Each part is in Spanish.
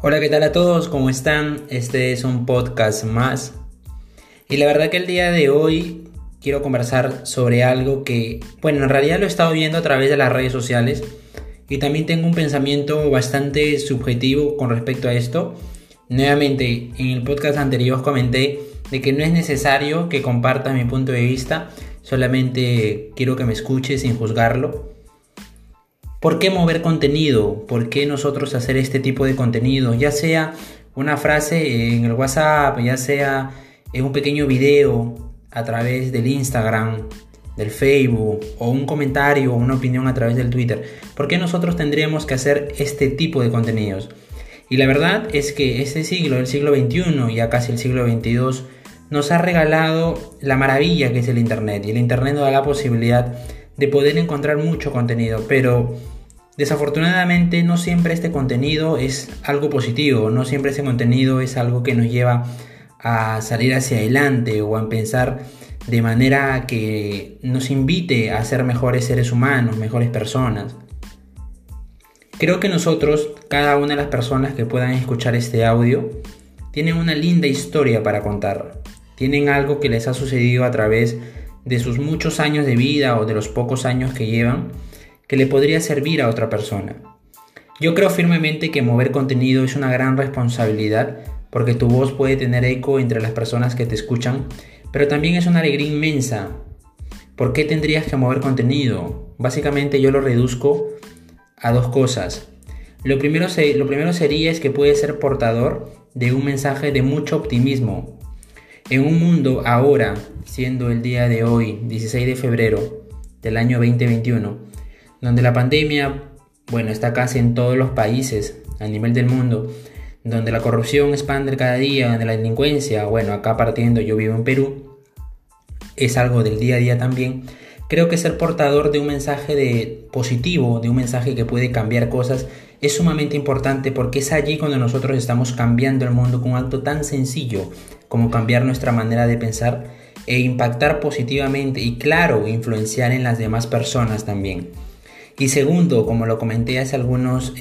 Hola, ¿qué tal a todos? ¿Cómo están? Este es un podcast más. Y la verdad que el día de hoy quiero conversar sobre algo que, en realidad lo he estado viendo a través de las redes sociales y también tengo un pensamiento bastante subjetivo con respecto a esto. Nuevamente, en el podcast anterior os comenté de que no es necesario que compartas mi punto de vista, solamente quiero que me escuches sin juzgarlo. ¿Por qué mover contenido? ¿Por qué nosotros hacer este tipo de contenido? Ya sea una frase en el WhatsApp, ya sea en un pequeño video a través del Instagram, del Facebook, o un comentario o una opinión a través del Twitter. ¿Por qué nosotros tendríamos que hacer este tipo de contenidos? Y la verdad es que este siglo, el siglo XXI, ya casi el siglo XXII, nos ha regalado la maravilla que es el Internet. Y el Internet nos da la posibilidad de poder encontrar mucho contenido, pero desafortunadamente no siempre este contenido es algo positivo, no siempre ese contenido es algo que nos lleva a salir hacia adelante o a pensar de manera que nos invite a ser mejores seres humanos, mejores personas. Creo que nosotros, cada una de las personas que puedan escuchar este audio, tienen una linda historia para contar, tienen algo que les ha sucedido a través de sus muchos años de vida o de los pocos años que llevan, que le podría servir a otra persona. Yo creo firmemente que mover contenido es una gran responsabilidad, porque tu voz puede tener eco entre las personas que te escuchan, pero también es una alegría inmensa. ¿Por qué tendrías que mover contenido? Básicamente yo lo reduzco a dos cosas. Lo primero sería es que puedes ser portador de un mensaje de mucho optimismo. En un mundo ahora, siendo el día de hoy, 16 de febrero del año 2021, donde la pandemia, está casi en todos los países a nivel del mundo, donde la corrupción expande cada día, donde la delincuencia, acá partiendo, yo vivo en Perú, es algo del día a día también. Creo que ser portador de un mensaje positivo, de un mensaje que puede cambiar cosas, es sumamente importante, porque es allí cuando nosotros estamos cambiando el mundo con un acto tan sencillo como cambiar nuestra manera de pensar e impactar positivamente y, claro, influenciar en las demás personas también. Y segundo, como lo comenté hace algunos,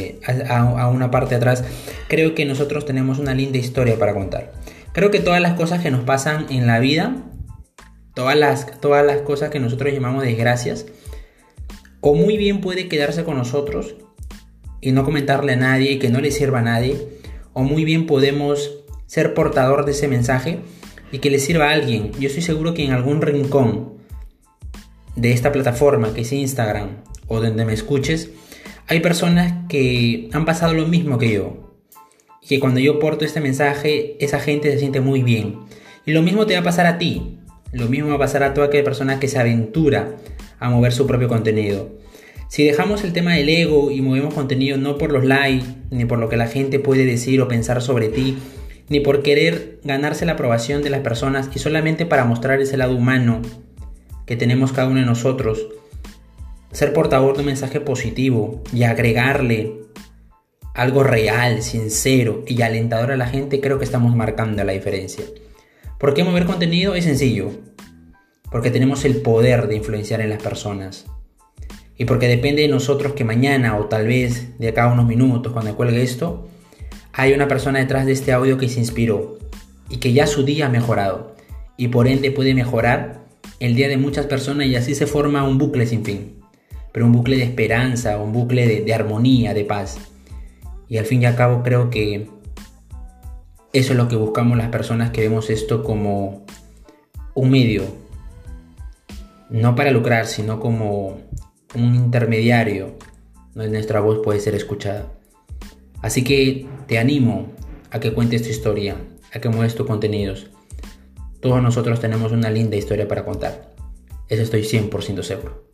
a una parte atrás, creo que nosotros tenemos una linda historia para contar. Creo que todas las cosas que nos pasan en la vida, todas las cosas que nosotros llamamos desgracias, o muy bien puede quedarse con nosotros y no comentarle a nadie y que no le sirva a nadie, o muy bien podemos ser portador de ese mensaje y que le sirva a alguien. Yo estoy seguro que en algún rincón de esta plataforma que es Instagram o donde me escuches, hay personas que han pasado lo mismo que yo, y que cuando yo porto este mensaje, esa gente se siente muy bien. Y lo mismo te va a pasar a ti, lo mismo va a pasar a toda aquella persona que se aventura a mover su propio contenido. Si dejamos el tema del ego y movemos contenido no por los likes, ni por lo que la gente puede decir o pensar sobre ti, ni por querer ganarse la aprobación de las personas, y solamente para mostrar ese lado humano que tenemos cada uno de nosotros, ser portador de un mensaje positivo y agregarle algo real, sincero y alentador a la gente, creo que estamos marcando la diferencia. ¿Por qué mover contenido? Es sencillo, porque tenemos el poder de influenciar en las personas, y porque depende de nosotros que mañana, o tal vez de acá a unos minutos cuando cuelgue esto, hay una persona detrás de este audio que se inspiró y que ya su día ha mejorado, y por ende puede mejorar el día de muchas personas, y así se forma un bucle sin fin, pero un bucle de esperanza, un bucle de armonía, de paz. Y al fin y al cabo creo que eso es lo que buscamos las personas que vemos esto como un medio, no para lucrar, sino como un intermediario donde nuestra voz puede ser escuchada. Así que te animo a que cuentes tu historia, a que mueves tus contenidos. Todos nosotros tenemos una linda historia para contar. Eso estoy 100% seguro.